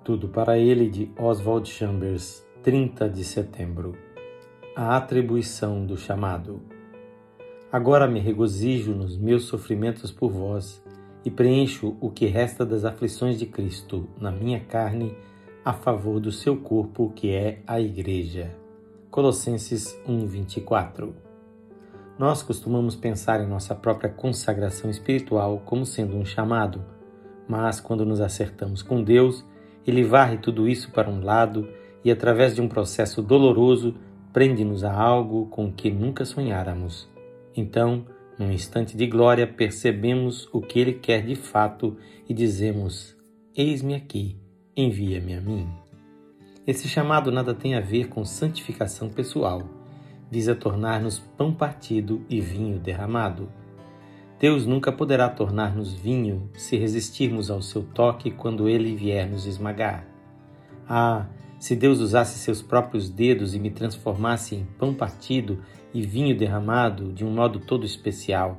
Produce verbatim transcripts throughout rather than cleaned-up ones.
Tudo para ele, de Oswald Chambers, trinta de setembro. A atribuição do chamado. Agora me regozijo nos meus sofrimentos por vós e preencho o que resta das aflições de Cristo na minha carne a favor do seu corpo, que é a Igreja. Colossenses um, vinte e quatro. Nós costumamos pensar em nossa própria consagração espiritual como sendo um chamado, mas quando nos acertamos com Deus, Ele varre tudo isso para um lado e, através de um processo doloroso, prende-nos a algo com que nunca sonháramos. Então, num instante de glória, percebemos o que Ele quer de fato e dizemos: eis-me aqui, envia-me a mim. Esse chamado nada tem a ver com santificação pessoal. Visa tornar-nos pão partido e vinho derramado. Deus nunca poderá tornar-nos vinho se resistirmos ao seu toque quando ele vier nos esmagar. Ah, se Deus usasse seus próprios dedos e me transformasse em pão partido e vinho derramado de um modo todo especial.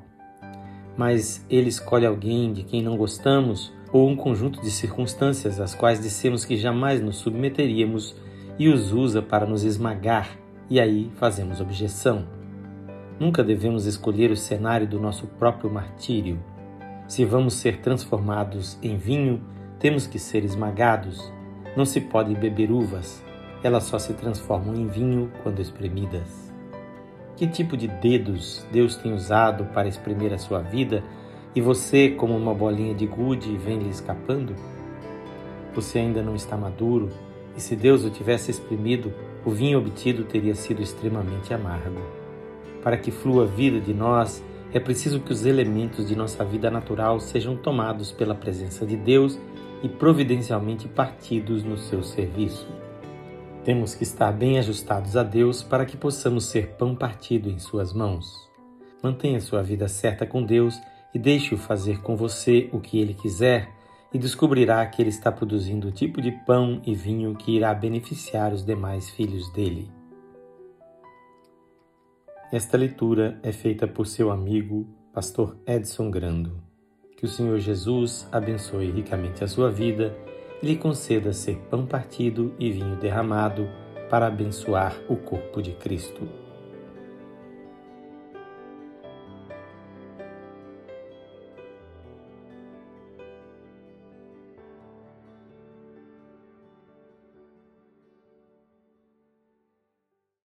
Mas ele escolhe alguém de quem não gostamos ou um conjunto de circunstâncias às quais dissemos que jamais nos submeteríamos e os usa para nos esmagar, e aí fazemos objeção. Nunca devemos escolher o cenário do nosso próprio martírio. Se vamos ser transformados em vinho, temos que ser esmagados. Não se pode beber uvas, elas só se transformam em vinho quando espremidas. Que tipo de dedos Deus tem usado para espremer a sua vida e você, como uma bolinha de gude, vem lhe escapando? Você ainda não está maduro e, se Deus o tivesse espremido, o vinho obtido teria sido extremamente amargo. Para que flua a vida de nós, é preciso que os elementos de nossa vida natural sejam tomados pela presença de Deus e providencialmente partidos no seu serviço. Temos que estar bem ajustados a Deus para que possamos ser pão partido em suas mãos. Mantenha sua vida certa com Deus e deixe-o fazer com você o que Ele quiser e descobrirá que Ele está produzindo o tipo de pão e vinho que irá beneficiar os demais filhos dele. Esta leitura é feita por seu amigo, pastor Edson Grando. Que o Senhor Jesus abençoe ricamente a sua vida e lhe conceda ser pão partido e vinho derramado para abençoar o corpo de Cristo.